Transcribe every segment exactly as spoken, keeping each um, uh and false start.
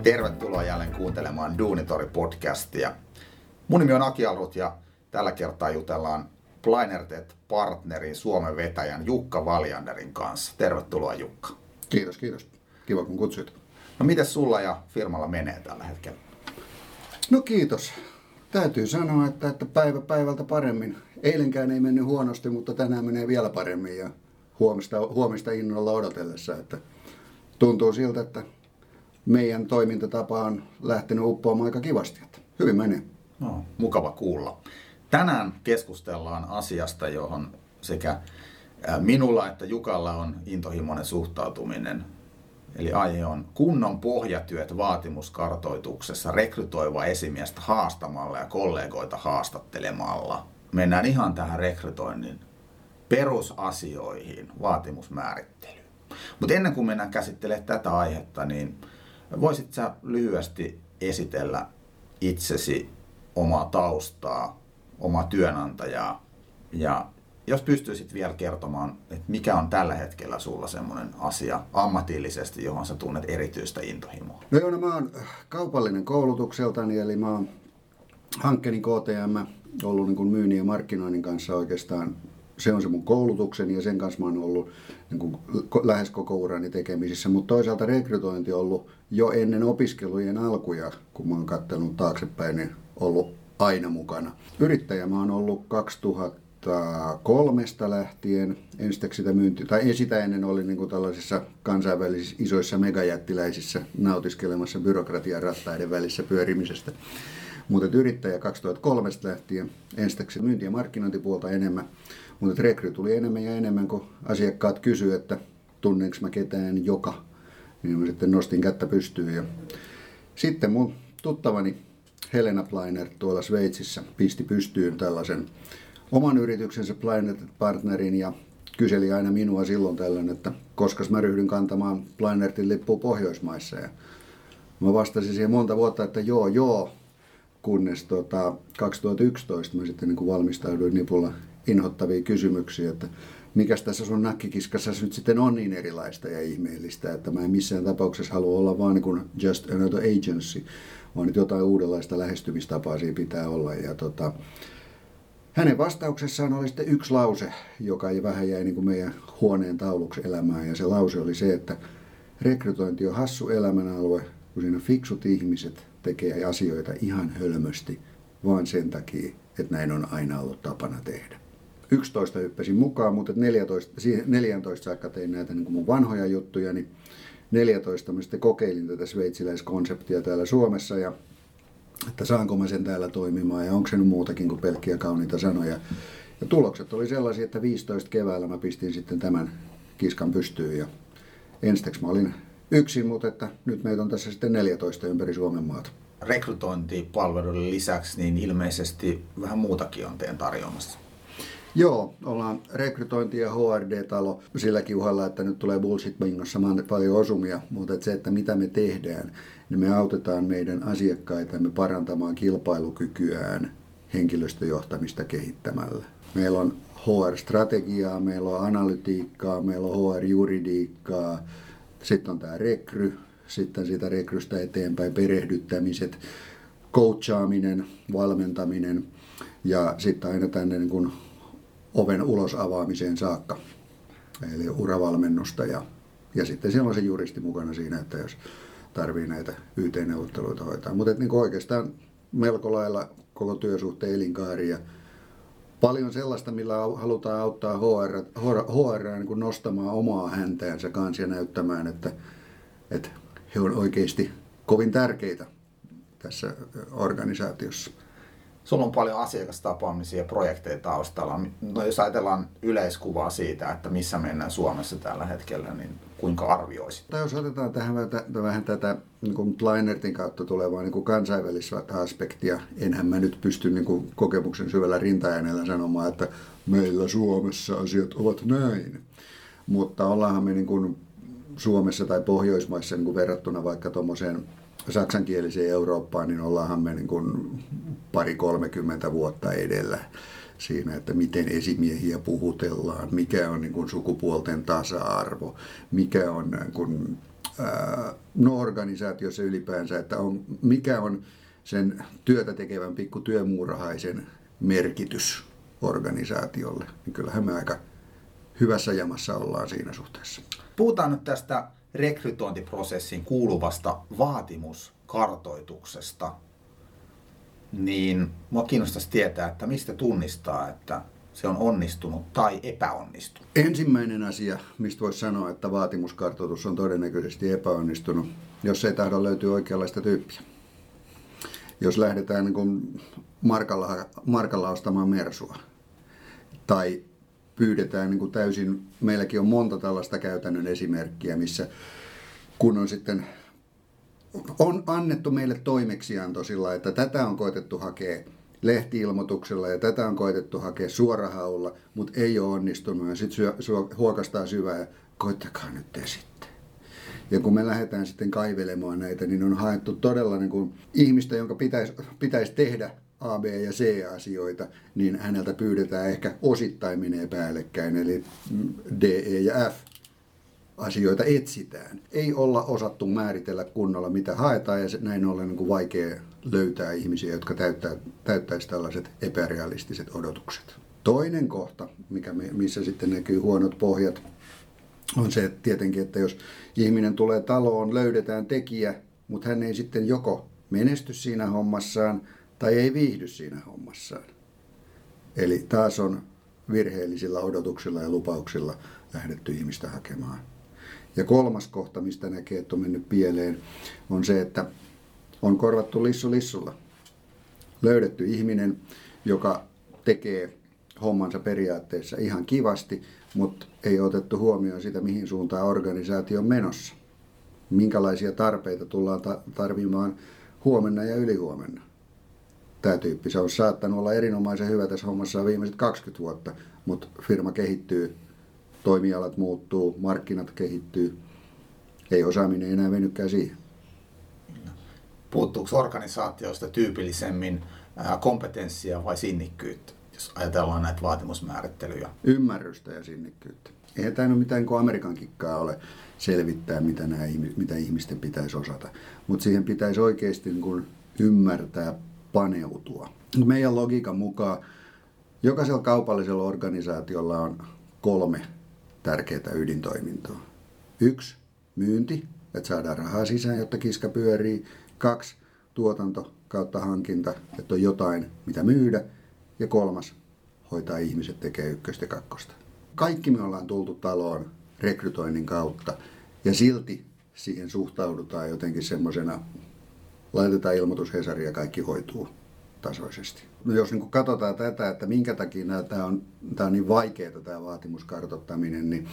Tervetuloa jälleen kuuntelemaan Duunitori-podcastia. Mun nimi on Aki Alrut ja tällä kertaa jutellaan Plinertet-partnerin Suomen vetäjän Jukka Valjanderin kanssa. Tervetuloa Jukka. Kiitos, kiitos. Kiva kun kutsuit. No miten sulla ja firmalla menee tällä hetkellä? No kiitos. Täytyy sanoa, että, että päivä päivältä paremmin. Eilenkään ei mennyt huonosti, mutta tänään menee vielä paremmin ja huomista, huomista innolla odotellessa. Että tuntuu siltä, että meidän toimintatapa on lähtenyt uppoamaan aika kivasti. Että hyvin menee. No, mukava kuulla. Tänään keskustellaan asiasta, johon sekä minulla että Jukalla on intohimoinen suhtautuminen. Eli aihe on kunnon pohjatyöt vaatimuskartoituksessa rekrytoiva esimiestä haastamalla ja kollegoita haastattelemalla. Mennään ihan tähän rekrytoinnin perusasioihin, vaatimusmäärittelyyn. Mutta ennen kuin mennään käsittelemään tätä aihetta, niin voisit sä lyhyesti esitellä itsesi, omaa taustaa, omaa työnantajaa ja jos pystyisit vielä kertomaan, että mikä on tällä hetkellä sulla semmoinen asia ammatillisesti, johon sä tunnet erityistä intohimoa? No joo, no mä oon kaupallinen koulutukseltani, eli mä oon hankkeeni K T M ollut niin kuin myynnin ja markkinoinnin kanssa oikeastaan. Se on se mun koulutukseni ja sen kanssa mä oon ollut niin kuin lähes koko urani tekemisissä, mutta toisaalta rekrytointi on ollut jo ennen opiskelujen alkuja, kun mä oon katsellut taaksepäin, niin ollut aina mukana. Yrittäjä mä oon ollut kaksituhattakolmesta lähtien, ensiksi sitä myynti, tai sitä ennen oli niin kuin tällaisissa kansainvälisissä isoissa megajättiläisissä nautiskelemassa byrokratian rattaiden välissä pyörimisestä. Mutta yrittäjä kaksituhattakolmesta lähtien, ensiksi myynti- ja markkinointipuolta enemmän, mutta rekry tuli enemmän ja enemmän, kun asiakkaat kysyivät, että tunneeko mä ketään joka, niin mä sitten nostin kättä pystyyn. Ja sitten mun tuttavani Helena Pliner tuolla Sveitsissä pisti pystyyn tällaisen oman yrityksensä Plinertet-partnerin ja kyseli aina minua silloin tällöin, että koska mä ryhdyn kantamaan Plinertin lippua Pohjoismaissa. Ja mä vastasin siihen monta vuotta, että joo joo, kunnes tota, kaksituhattayksitoista mä sitten niin kuin valmistauduin nipulla inhottavia kysymyksiä, että mikäs tässä sun nakkikiskassa nyt sitten on niin erilaista ja ihmeellistä, että mä en missään tapauksessa halua olla vaan niin kuin just another agency, vaan nyt jotain uudenlaista lähestymistapaa siinä pitää olla. Ja tota, hänen vastauksessaan oli sitten yksi lause, joka vähän jäi niin kuin meidän huoneen tauluksi elämään, ja se lause oli se, että rekrytointi on hassu elämänalue, kun siinä fiksut ihmiset tekee asioita ihan hölmösti, vaan sen takia, että näin on aina ollut tapana tehdä. yksitoista hyppäsin mukaan, mutta neljätoista, neljätoista saakka tein näitä niin kuin mun vanhoja juttuja, niin neljätoista mä sitten kokeilin tätä sveitsiläiskonseptia täällä Suomessa, ja että saanko mä sen täällä toimimaan, ja onko se nyt muutakin kuin pelkkiä kauniita sanoja. Ja tulokset oli sellaisia, että viisitoista keväällä mä pistin sitten tämän kiskan pystyyn, ja ensiksi mä olin yksin, mutta että nyt meitä on tässä sitten neljätoista ympäri Suomen maata. Rekrytointipalveluiden lisäksi niin ilmeisesti vähän muutakin on teidän tarjoamassa. Joo, ollaan rekrytointi- ja H R D-talo silläkin uhalla, että nyt tulee bullshit-bingossa paljon osumia, mutta että se, että mitä me tehdään, niin me autetaan meidän asiakkaitamme parantamaan kilpailukykyään henkilöstöjohtamista kehittämällä. Meillä on H R-strategiaa, meillä on analytiikkaa, meillä on H R-juridiikkaa, sitten on tämä rekry, sitten siitä rekrystä eteenpäin perehdyttämiset, coachaaminen, valmentaminen ja sitten aina tänne niin kuin oven ulos avaamiseen saakka, eli uravalmennusta ja, ja sitten siellä on se juristi mukana siinä, että jos tarvii näitä Y T-neuvotteluita hoitaa. Mutta niin oikeastaan melko lailla koko työsuhteen elinkaari ja paljon sellaista, millä halutaan auttaa H R, H R niin kuin nostamaan omaa häntäänsä kanssa ja näyttämään, että, että he on oikeasti kovin tärkeitä tässä organisaatiossa. Sulla on paljon asiakastapaamisia ja projekteja taustalla. No, jos ajatellaan yleiskuvaa siitä, että missä mennään Suomessa tällä hetkellä, niin kuinka arvioisit? Tai jos otetaan tähän vähän tätä niin Plinertin kautta tulevaa niin kansainvälistä aspektia, enhän mä nyt pysty niin kuin kokemuksen syvällä rintaäänellä sanomaan, että meillä Suomessa asiat ovat näin. Mutta ollaanhan me niin kuin Suomessa tai Pohjoismaissa niin kuin verrattuna vaikka tuommoiseen saksankieliseen Eurooppaan, niin ollaanhan me niin kuin pari kolmekymmentä vuotta edellä siinä, että miten esimiehiä puhutellaan, mikä on niin kuin sukupuolten tasa-arvo, mikä on niin kuin ää, no organisaatiossa ylipäänsä, että on, mikä on sen työtä tekevän pikku työmuurahaisen merkitys organisaatiolle, niin kyllähän me aika hyvässä jamassa ollaan siinä suhteessa. Puhutaan nyt tästä rekrytointiprosessiin kuuluvasta vaatimuskartoituksesta. Niin mua kiinnostaisi tietää, että mistä tunnistaa, että se on onnistunut tai epäonnistunut. Ensimmäinen asia, mistä voisi sanoa, että vaatimuskartoitus on todennäköisesti epäonnistunut, jos ei tahdo löytyä oikeanlaista tyyppiä. Jos lähdetään niin kuin markalla, markalla ostamaan mersua tai pyydetään niin kuin täysin, meilläkin on monta tällaista käytännön esimerkkiä, missä kun on sitten on annettu meille toimeksianto sillä, että tätä on koetettu hakea lehti-ilmoituksella ja tätä on koetettu hakea suorahaulla, mutta ei ole onnistunut. Ja sitten huokastaa syvää ja koittakaa nyt te sitten. Ja kun me lähdetään sitten kaivelemaan näitä, niin on haettu todella niin kuin ihmistä, jonka pitäisi, pitäisi tehdä A, B ja C-asioita, niin häneltä pyydetään ehkä osittain menee päällekkäin, eli D, E ja F. Asioita etsitään. Ei olla osattu määritellä kunnolla, mitä haetaan, ja näin ollen niin kuin vaikea löytää ihmisiä, jotka täyttää, täyttäisi tällaiset epärealistiset odotukset. Toinen kohta, mikä me, missä sitten näkyy huonot pohjat, on se että tietenkin, että jos ihminen tulee taloon, löydetään tekijä, mutta hän ei sitten joko menesty siinä hommassaan tai ei viihdy siinä hommassaan. Eli taas on virheellisillä odotuksilla ja lupauksilla lähdetty ihmistä hakemaan. Ja kolmas kohta, mistä näkee, että on mennyt pieleen, on se, että on korvattu lissu lissulla. Löydetty ihminen, joka tekee hommansa periaatteessa ihan kivasti, mutta ei otettu huomioon sitä, mihin suuntaan organisaatio on menossa. Minkälaisia tarpeita tullaan tarvimaan huomenna ja ylihuomenna. Tämä tyyppi se on saattanut olla erinomaisen hyvä tässä hommassa viimeiset kaksikymmentä vuotta, mutta firma kehittyy. Toimialat muuttuu, markkinat kehittyy, ei osaaminen enää venykään siihen. Puuttuuko organisaatioista tyypillisemmin kompetenssia vai sinnikkyyttä, jos ajatellaan näitä vaatimusmäärittelyjä? Ymmärrystä ja sinnikkyyttä. Eihän tämä ole mitään kuin Amerikan kikkaa ole selvittää, mitä, nämä, mitä ihmisten pitäisi osata, mutta siihen pitäisi oikeasti niin kuin ymmärtää, paneutua. Meidän logiikan mukaan jokaisella kaupallisella organisaatiolla on kolme tärkeää ydintoimintoa. Yksi, myynti, että saadaan rahaa sisään, jotta kiska pyörii. Kaksi, tuotanto kautta hankinta, että on jotain, mitä myydä. Ja kolmas, hoitaa ihmiset, tekee ykköstä ja kakkosta. Kaikki me ollaan tultu taloon rekrytoinnin kautta ja silti siihen suhtaudutaan jotenkin semmoisena, laitetaan ilmoitus Hesariin ja kaikki hoituu tasoisesti. No jos niin katsotaan tätä, että minkä takia tämä on, tämä on niin vaikeaa tämä vaatimuskartoittaminen, niin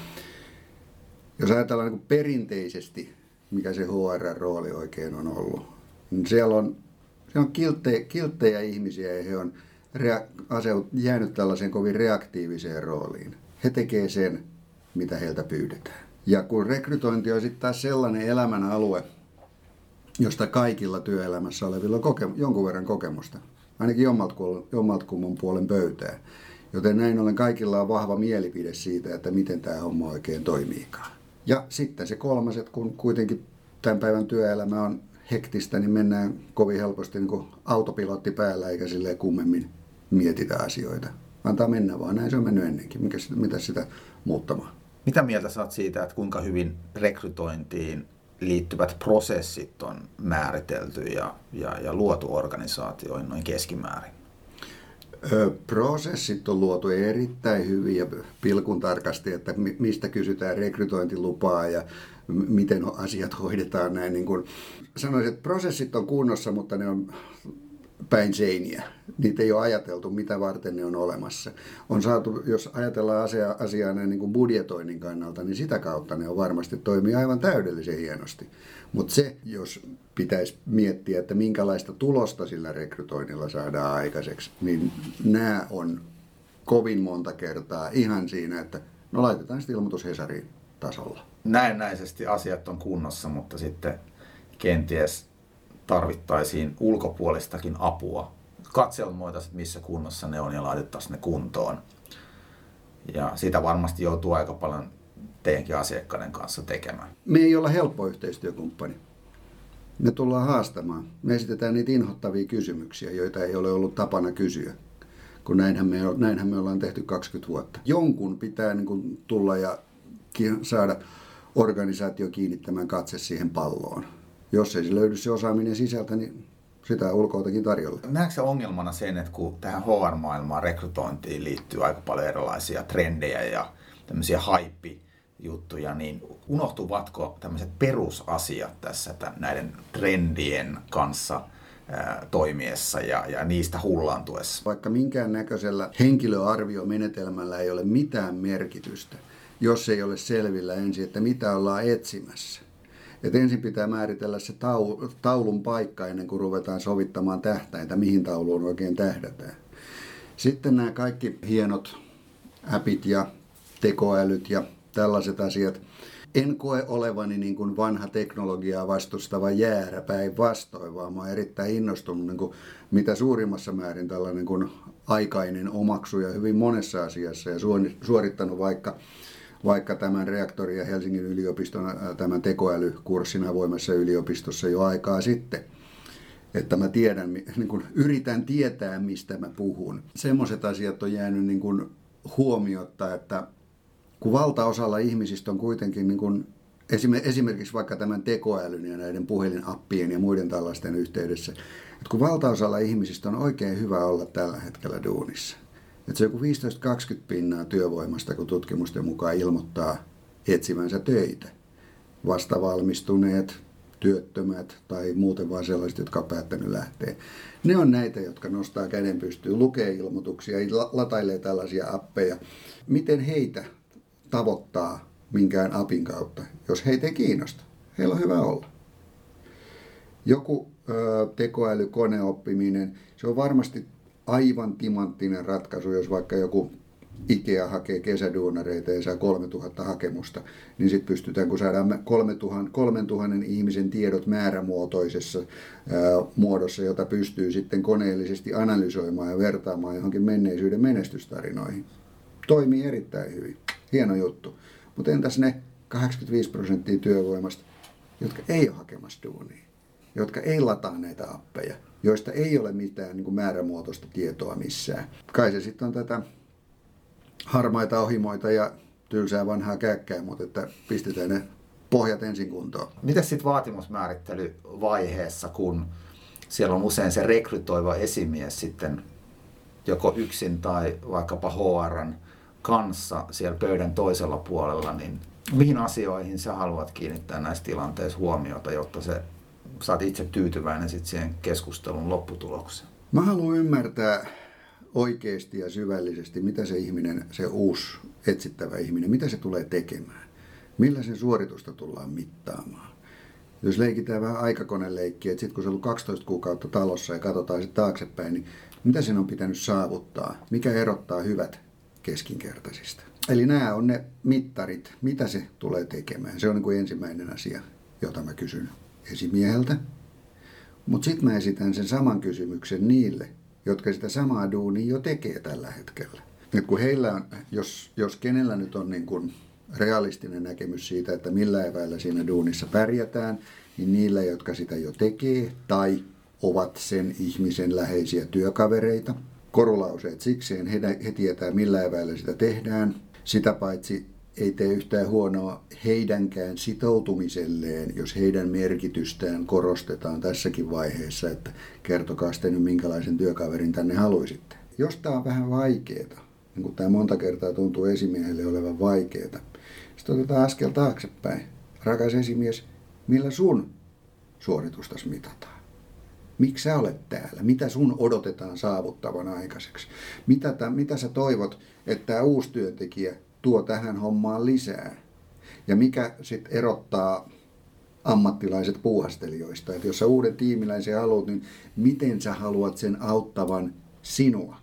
jos ajatellaan niin perinteisesti, mikä se H R-rooli oikein on ollut, niin siellä on, siellä on kilttejä, kilttejä ihmisiä ja he on rea- aseut, jäänyt tällaiseen kovin reaktiiviseen rooliin. He tekee sen, mitä heiltä pyydetään. Ja kun rekrytointi on sitten taas sellainen elämän alue, josta kaikilla työelämässä olevilla on koke- jonkun verran kokemusta, ainakin jommaltakumman puolen pöytää. Joten näin ollen kaikilla on vahva mielipide siitä, että miten tämä homma oikein toimiikaan. Ja sitten se kolmas, että kun kuitenkin tämän päivän työelämä on hektistä, niin mennään kovin helposti niin kuin autopilotti päällä eikä silleen kummemmin mietitä asioita. Antaa mennä vaan, näin se on mennyt ennenkin. Mikä sitä, mitä sitä muuttamaan? Mitä mieltä saat siitä, että kuinka hyvin rekrytointiin liittyvät prosessit on määritelty ja, ja, ja luotu organisaatioihin noin keskimäärin? Ö, prosessit on luotu erittäin hyvin ja pilkun tarkasti, että mistä kysytään rekrytointilupaa ja miten asiat hoidetaan näin. Niin kuin sanoisin, että prosessit on kunnossa, mutta ne on päin seiniä. Niitä ei ole ajateltu, mitä varten ne on olemassa. On saatu, jos ajatellaan asiaa, asiaa näin niin kuin budjetoinnin kannalta, niin sitä kautta ne on varmasti toimii aivan täydellisen hienosti. Mutta se, jos pitäisi miettiä, että minkälaista tulosta sillä rekrytoinnilla saadaan aikaiseksi, niin nämä on kovin monta kertaa ihan siinä, että no laitetaan sitten ilmoitus Hesariin tasolla. Näennäisesti asiat on kunnossa, mutta sitten kenties tarvittaisiin ulkopuolistakin apua. Katselmoitaisiin, missä kunnossa ne on ja laitettaisiin ne kuntoon. Ja siitä varmasti joutuu aika paljon teidänkin asiakkaiden kanssa tekemään? Me ei olla helppo yhteistyökumppani. Me tullaan haastamaan. Me esitetään niitä inhottavia kysymyksiä, joita ei ole ollut tapana kysyä. Kun näinhän me, näinhän me ollaan tehty kaksikymmentä vuotta. Jonkun pitää niin kuin tulla ja saada organisaatio kiinnittämään katse siihen palloon. Jos ei se löydy se osaaminen sisältä, niin sitä on ulkoiltakin tarjolla. Näetkö ongelmana sen, että kun tähän H R-maailmaan rekrytointiin liittyy aika paljon erilaisia trendejä ja tämmöisiä hype-juttuja, niin unohtuvatko tämmöiset perusasiat tässä näiden trendien kanssa ää, toimiessa ja, ja niistä hullaantuessa? Vaikka minkään näköisellä henkilöarviomenetelmällä ei ole mitään merkitystä, jos ei ole selvillä ensin, että mitä ollaan etsimässä. Et ensin pitää määritellä se taulun paikka ennen kuin ruvetaan sovittamaan tähtäintä, mihin tauluun oikein tähdätään. Sitten nämä kaikki hienot appit ja tekoälyt ja tällaiset asiat. En koe olevani niin kuin vanha teknologiaa vastustava jäärä päinvastoin, vaan mä oon erittäin innostunut niin kuin mitä suurimmassa määrin tällainen kuin aikainen omaksuja hyvin monessa asiassa ja suorittanut vaikka vaikka tämän Reaktori ja Helsingin yliopiston tämän tekoälykurssin avoimessa yliopistossa jo aikaa sitten. Että mä tiedän, niin kun yritän tietää, mistä mä puhun. Semmoiset asiat on jäänyt niin kun huomiotta, että kun valtaosalla ihmisistä on kuitenkin, niin kun esimerkiksi vaikka tämän tekoälyn ja näiden puhelinappien ja muiden tällaisten yhteydessä, että kun valtaosalla ihmisistä on oikein hyvä olla tällä hetkellä duunissa. Että se on joku viisitoista kaksikymmentä pinnaa työvoimasta, kun tutkimusten mukaan ilmoittaa etsivänsä töitä. Vastavalmistuneet, työttömät tai muuten vaan sellaiset, jotka on päättänyt lähteä. Ne on näitä, jotka nostaa käden pystyyn, lukee ilmoituksia, latailee tällaisia appeja. Miten heitä tavoittaa minkään appin kautta, jos heitä ei kiinnosta? Heillä on hyvä olla. Joku ö, tekoäly, koneoppiminen, se on varmasti aivan timanttinen ratkaisu, jos vaikka joku IKEA hakee kesäduunareita ja saa kolmetuhatta hakemusta, niin sitten pystytään, kun saadaan kolmetuhatta ihmisen tiedot määrämuotoisessa ää, muodossa, jota pystyy sitten koneellisesti analysoimaan ja vertaamaan johonkin menneisyyden menestystarinoihin. Toimii erittäin hyvin. Hieno juttu. Mutta entäs ne kahdeksankymmentäviisi prosenttia työvoimasta, jotka ei ole hakemassa duunia, jotka ei lataa näitä appeja, joista ei ole mitään niin kuin määrämuotoista tietoa missään. Kai se sitten on tätä harmaita ohimoita ja tylsää vanhaa käkkää, mutta että pistetään ne pohjat ensin kuntoon. Mitäs sitten vaatimusmäärittelyvaiheessa, kun siellä on usein se rekrytoiva esimies sitten joko yksin tai vaikkapa H R:n kanssa siellä pöydän toisella puolella, niin mihin asioihin sä haluat kiinnittää näissä tilanteissa huomiota, jotta se saat itse tyytyväinen sit siihen keskustelun lopputulokseen? Mä haluan ymmärtää oikeasti ja syvällisesti, mitä se ihminen, se uusi etsittävä ihminen, mitä se tulee tekemään. Millä sen suoritusta tullaan mittaamaan. Jos leikitään vähän aikakoneleikkiä, että sitten kun se on ollut kaksitoista kuukautta talossa ja katsotaan sitten taaksepäin, niin mitä sen on pitänyt saavuttaa? Mikä erottaa hyvät keskinkertaisista? Eli nämä on ne mittarit, mitä se tulee tekemään. Se on niin kuin ensimmäinen asia, jota mä kysyn esimieheltä. Mutta sitten mä esitän sen saman kysymyksen niille, jotka sitä samaa duunia jo tekee tällä hetkellä. Et kun heillä on, jos, jos kenellä nyt on niin kuin realistinen näkemys siitä, että millä eväillä siinä duunissa pärjätään, niin niillä, jotka sitä jo tekee tai ovat sen ihmisen läheisiä työkavereita. Korulauseet sikseen, he, he tietää millä eväillä sitä tehdään. Sitä paitsi ei tee yhtään huonoa heidänkään sitoutumiselleen, jos heidän merkitystään korostetaan tässäkin vaiheessa, että kertokaa sitten nyt minkälaisen työkaverin tänne haluaisitte. Jos tämä on vähän vaikeaa, niin kuin tämä monta kertaa tuntuu esimiehelle olevan vaikeaa, sitten otetaan askel taaksepäin. Rakas esimies, millä sun suoritustas mitataan? Miksi sä olet täällä? Mitä sun odotetaan saavuttavan aikaiseksi? Mitä, tämän, mitä sä toivot, että tämä uusi työntekijä tuo tähän hommaan lisää? Ja mikä sitten erottaa ammattilaiset puuhastelijoista? Että jos sä uuden tiimiläisen haluat, niin miten sä haluat sen auttavan sinua?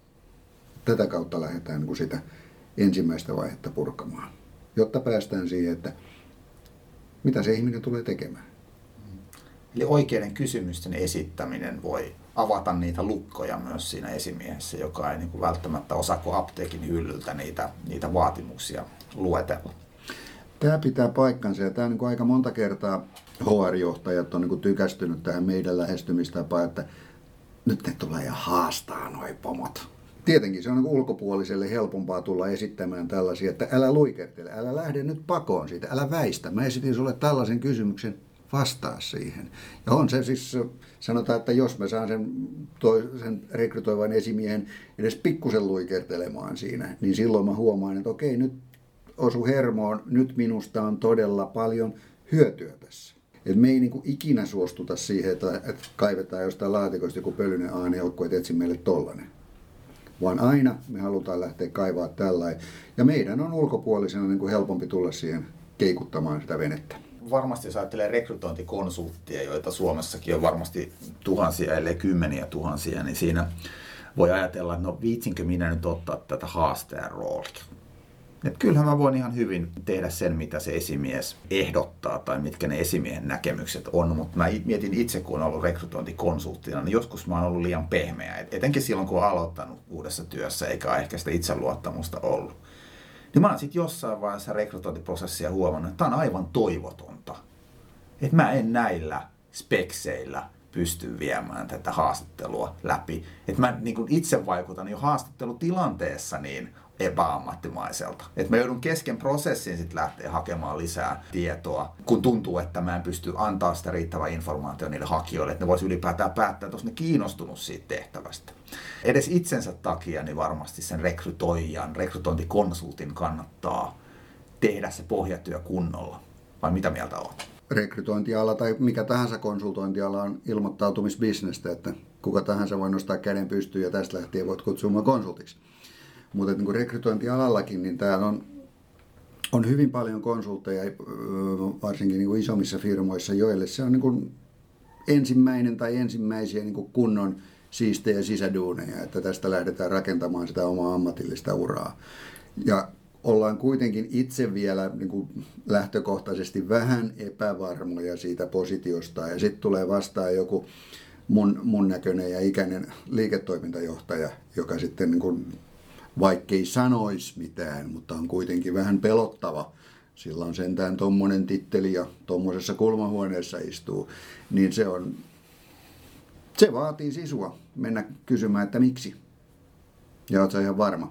Tätä kautta lähdetään niin kuin sitä ensimmäistä vaihetta purkamaan, jotta päästään siihen, että mitä se ihminen tulee tekemään. Eli oikeiden kysymysten esittäminen voi avata niitä lukkoja myös siinä esimiehessä, joka ei niin kuin välttämättä osaa kuin apteekin hyllyltä niitä, niitä vaatimuksia luetella. Tämä pitää paikkansa ja tämä on niin aika monta kertaa H R-johtajat on niin tykästynyt tähän meidän lähestymistapaan, että nyt ne tulee ja haastaa noi pomot. Tietenkin se on niin ulkopuoliselle helpompaa tulla esittämään tällaisia, että älä luikertele, älä lähde nyt pakoon siitä, älä väistä. Mä esitin sulle tällaisen kysymyksen, vastaa siihen. Ja on se siis, sanotaan, että jos mä saan sen, toi, sen rekrytoivan esimiehen edes pikkusen luikertelemaan siinä, niin silloin mä huomaan, että okei, nyt osu hermoon, nyt minusta on todella paljon hyötyä tässä. Et me ei niinku ikinä suostuta siihen, että, että kaivetaan jostain laatikosta joku pölyinen aaniaukko, että etsi meille tollanen. Vaan aina me halutaan lähteä kaivaa tällainen. Ja meidän on ulkopuolisena niin kuin helpompi tulla siihen keikuttamaan sitä venettä. Varmasti jos ajattelee rekrytointikonsulttia, joita Suomessakin on varmasti tuhansia, ellei kymmeniä tuhansia, niin siinä voi ajatella, että no viitsinkö minä nyt ottaa tätä haastajan roolia. Että kyllähän mä voin ihan hyvin tehdä sen, mitä se esimies ehdottaa tai mitkä ne esimiehen näkemykset on, mutta mä mietin itse, kun olen ollut rekrytointikonsulttina, niin joskus mä oon ollut liian pehmeä, etenkin silloin, kun olen aloittanut uudessa työssä, eikä ehkä sitä itseluottamusta ollut. Niin mä oon sitten jossain vaiheessa rekrytointiprosessia huomannut, että tää on aivan toivotonta. Että mä en näillä spekseillä pysty viemään tätä haastattelua läpi. Että mä niin kun itse vaikutan jo haastattelutilanteessa niin epäammattimaiselta. Että mä joudun kesken prosessin sitten lähteä hakemaan lisää tietoa, kun tuntuu, että mä en pysty antaa sitä riittävää informaatiota niille hakijoille, että ne vois ylipäätään päättää, että ne kiinnostunut siitä tehtävästä. Edes itsensä takia niin varmasti sen rekrytoijan, rekrytointikonsultin kannattaa tehdä se pohjatyö kunnolla. Vai mitä mieltä olet? Rekrytointiala tai mikä tahansa konsultointiala on ilmoittautumisbisnestä, että kuka tahansa voi nostaa käden pystyyn ja tästä lähtien voit kutsua mua konsultiksi. Mutta niin kuin rekrytointialallakin, niin täällä on, on hyvin paljon konsultteja, varsinkin niin kuin isommissa firmoissa, joille se on niin kuin ensimmäinen tai ensimmäisiä niin kuin kunnon siistejä sisäduuneja, että tästä lähdetään rakentamaan sitä omaa ammatillista uraa. Ja ollaan kuitenkin itse vielä niin kuin lähtökohtaisesti vähän epävarmoja siitä positiosta ja sitten tulee vastaan joku mun, mun näköinen ja ikäinen liiketoimintajohtaja, joka sitten niin kuin vaikkei sanoisi mitään, mutta on kuitenkin vähän pelottava. Sillä on sentään tommonen titteli ja tommosessa kulmahuoneessa istuu. Niin se on, se vaatii sisua mennä kysymään, että miksi. Ja oot sä ihan varma.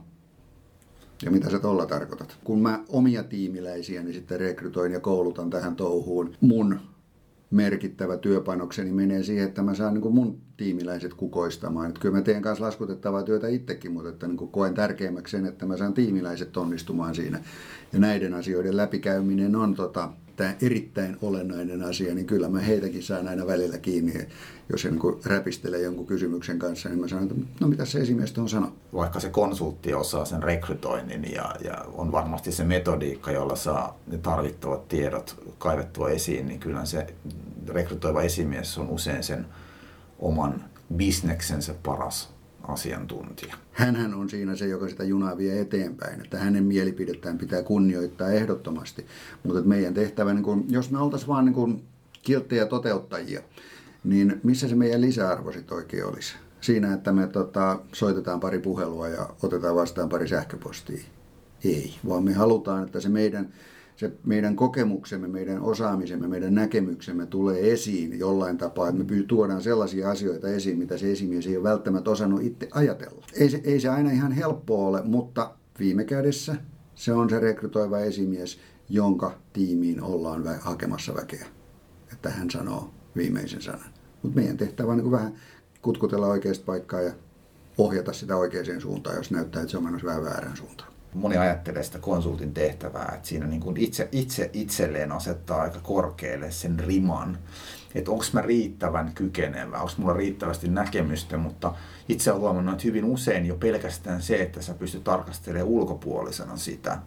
Ja mitä sä tolla tarkoitat? Kun mä omia tiimiläisiäni sitten rekrytoin ja koulutan tähän touhuun, mun merkittävä työpanokseni menee siihen, että mä saan niin kuin mun tiimiläiset kukoistamaan. Että kyllä mä teen kanssa laskutettavaa työtä itsekin, mutta että niin kuin koen tärkeämmäksi sen, että mä saan tiimiläiset onnistumaan siinä. Ja näiden asioiden läpikäyminen on tota, tämä erittäin olennainen asia, niin kyllä mä heitäkin saan aina välillä kiinni. Jos se niin kuin räpistelee jonkun kysymyksen kanssa, niin mä sanon, että no mitä se esimies tuohon sanoo? Vaikka se konsultti osaa sen rekrytoinnin ja, ja on varmasti se metodiikka, jolla saa ne tarvittavat tiedot kaivettua esiin, niin kyllä se rekrytoiva esimies on usein sen oman bisneksensä paras asiantuntija. Hänhän on siinä se, joka sitä junaa vie eteenpäin, että hänen mielipidettään pitää kunnioittaa ehdottomasti. Mutta meidän tehtävä, niin kun, jos me oltaisiin vaan niin kilttejä toteuttajia, niin missä se meidän lisäarvo sitten oikein olisi? Siinä, että me tota, soitetaan pari puhelua ja otetaan vastaan pari sähköpostia. Ei, vaan me halutaan, että se meidän, se meidän kokemuksemme, meidän osaamisemme, meidän näkemyksemme tulee esiin jollain tapaa, että me tuodaan sellaisia asioita esiin, mitä se esimies ei ole välttämättä osannut itse ajatella. Ei se, ei se aina ihan helppoa ole, mutta viime kädessä se on se rekrytoiva esimies, jonka tiimiin ollaan vä- hakemassa väkeä. Että hän sanoo viimeisen sanan. Mutta meidän tehtävä on niin vähän kutkutella oikeasta paikkaa ja ohjata sitä oikeaan suuntaan, jos näyttää, että se on menossa vähän väärään suuntaan. Moni ajattelee sitä konsultin tehtävää, että siinä niin kuin itse, itse itselleen asettaa aika korkealle sen riman, että onko mä riittävän kykenevä, onko mulla riittävästi näkemystä, mutta itse olen huomannut, että hyvin usein jo pelkästään se, että sä pystyt tarkastelemaan ulkopuolisena sitä,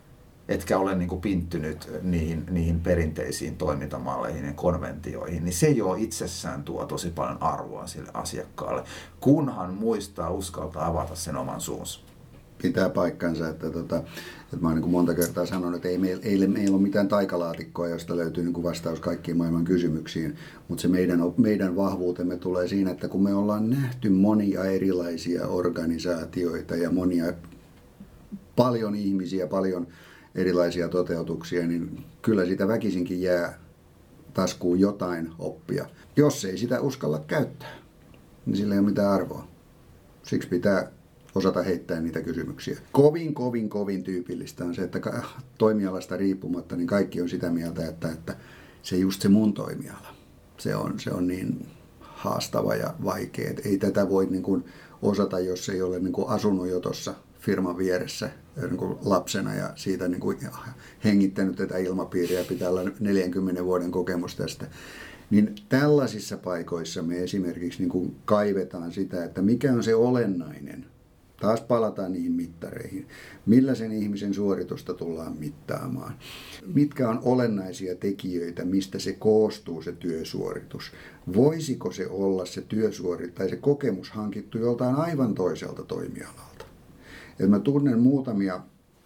etkä ole niin kuin pinttynyt niihin, niihin perinteisiin toimintamalleihin ja konventioihin, niin se jo itsessään tuo tosi paljon arvoa sille asiakkaalle, kunhan muistaa uskaltaa avata sen oman suunsa. Pitää paikkansa, että, tota, että mä oon niin kuin monta kertaa sanonut, että ei meillä, ei meillä ole mitään taikalaatikkoa, josta löytyy niin kuin vastaus kaikkiin maailman kysymyksiin, mutta se meidän, meidän vahvuutemme tulee siinä, että kun me ollaan nähty monia erilaisia organisaatioita ja monia, paljon ihmisiä, paljon erilaisia toteutuksia, niin kyllä sitä väkisinkin jää taskuun jotain oppia. Jos ei sitä uskalla käyttää, niin sillä ei ole mitään arvoa. Siksi pitää osata heittää niitä kysymyksiä. Kovin, kovin, kovin tyypillistä on se, että toimialasta riippumatta niin kaikki on sitä mieltä, että, että se just se mun toimiala. Se on, se on niin haastava ja vaikea, että ei tätä voi niin kuin osata, jos ei ole niin kuin asunut jo tuossa firman vieressä niin kuin lapsena ja siitä niin kuin hengittänyt tätä ilmapiiriä ja pitää olla neljänkymmenen vuoden kokemus tästä. Niin tällaisissa paikoissa me esimerkiksi niin kuin kaivetaan sitä, että mikä on se olennainen. Taas palataan niihin mittareihin. Millä sen ihmisen suoritusta tullaan mittaamaan? Mitkä on olennaisia tekijöitä, mistä se koostuu se työsuoritus? Voisiko se olla se työsuoritus tai se kokemus hankittu joltain aivan toiselta toimialalta? Et mä tunnen muutamia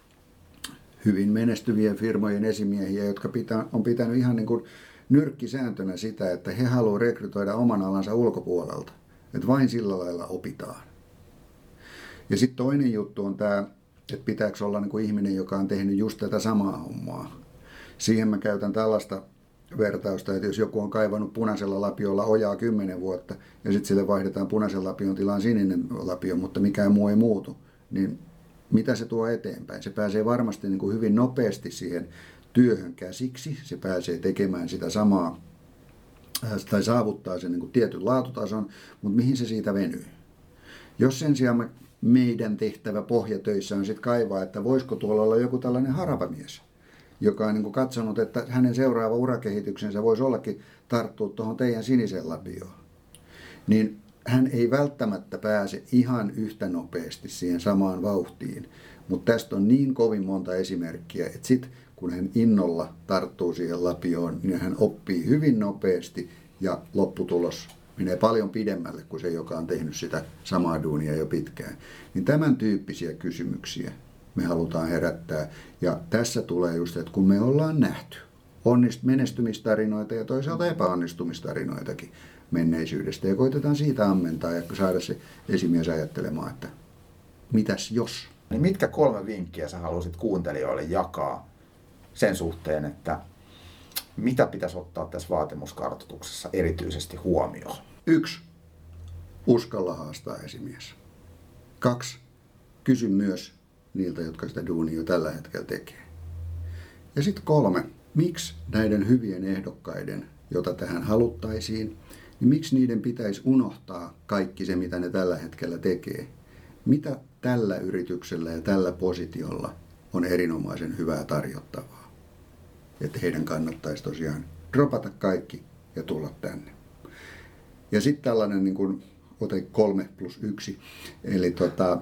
hyvin menestyvien firmojen esimiehiä, jotka pitää, on pitänyt ihan niin kuin nyrkkisääntönä sitä, että he haluavat rekrytoida oman alansa ulkopuolelta. Että vain sillä lailla opitaan. Ja sitten toinen juttu on tämä, että pitääkö olla niin kuin ihminen, joka on tehnyt just tätä samaa hommaa. Siihen mä käytän tällaista vertausta, että jos joku on kaivannut punaisella lapiolla ojaa kymmenen vuotta ja sitten sille vaihdetaan punaisen lapion tilaan sininen lapio, mutta mikään muu ei muutu, niin mitä se tuo eteenpäin? Se pääsee varmasti niin kuin hyvin nopeasti siihen työhön käsiksi, se pääsee tekemään sitä samaa tai saavuttaa sen niin kuin tietyn laatutason, mutta mihin se siitä venyy? Jos sen sijaan meidän tehtävä pohjatöissä on sitten kaivaa, että voisiko tuolla olla joku tällainen haravamies, joka on niin kuin katsonut, että hänen seuraava urakehityksensä voisi ollakin tarttua tuohon teidän siniseen lapioon, niin hän ei välttämättä pääse ihan yhtä nopeasti siihen samaan vauhtiin, mutta tästä on niin kovin monta esimerkkiä, että sitten kun hän innolla tarttuu siihen lapioon, niin hän oppii hyvin nopeasti ja lopputulos menee paljon pidemmälle kuin se, joka on tehnyt sitä samaa duunia jo pitkään. Niin tämän tyyppisiä kysymyksiä me halutaan herättää. Ja tässä tulee just, että kun me ollaan nähty onnist- menestymistarinoita ja toisaalta epäonnistumistarinoitakin menneisyydestä ja koitetaan siitä ammentaa ja saada se esimies ajattelemaan, että mitäs jos? Niin mitkä kolme vinkkiä sä haluaisit kuuntelijoille jakaa sen suhteen, että mitä pitäisi ottaa tässä vaatimuskartoituksessa erityisesti huomioon? Yksi. Uskalla haastaa esimies. Kaksi. Kysy myös niiltä, jotka sitä duunia jo tällä hetkellä tekee. Ja sitten kolme. Miksi näiden hyvien ehdokkaiden, jota tähän haluttaisiin, niin miksi niiden pitäisi unohtaa kaikki se, mitä ne tällä hetkellä tekee? Mitä tällä yrityksellä ja tällä positiolla on erinomaisen hyvää tarjottavaa? Että heidän kannattaisi tosiaan dropata kaikki ja tulla tänne. Ja sitten tällainen niin kuin ote kolme plus yksi, eli tota,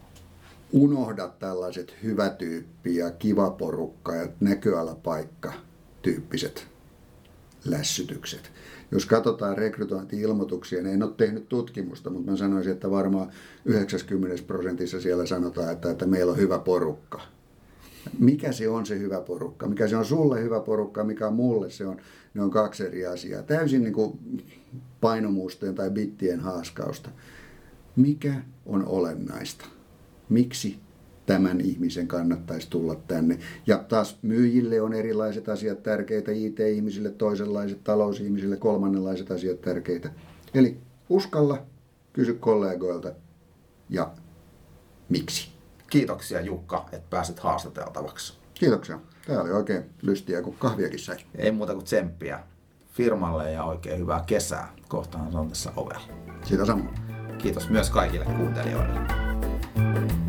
unohda tällaiset hyvä tyyppi ja kiva porukka ja näköalapaikka tyyppiset lässytykset. Jos katsotaan rekrytointi-ilmoituksia, niin en ole tehnyt tutkimusta, mutta mä sanoisin, että varmaan yhdeksänkymmentä prosentissa siellä sanotaan, että, että meillä on hyvä porukka. Mikä se on se hyvä porukka? Mikä se on sulle hyvä porukka, mikä on mulle se on, ne on kaksi eri asiaa. Täysin niin kuin painomuustojen tai bittien haaskausta. Mikä on olennaista? Miksi tämän ihmisen kannattaisi tulla tänne? Ja taas myyjille on erilaiset asiat tärkeitä, I T-ihmisille toisenlaiset, talousihmisille kolmannenlaiset asiat tärkeitä. Eli uskalla, kysy kollegoilta ja miksi? Kiitoksia Jukka, että pääsit haastateltavaksi. Kiitoksia. Tämä oli oikein lystiä, kun kahviakin sai. Ei muuta kuin tsemppiä firmalle ja oikein hyvää kesää. Kohtahan se on tässä ovella. Sitä samoin. Kiitos myös kaikille kuuntelijoille.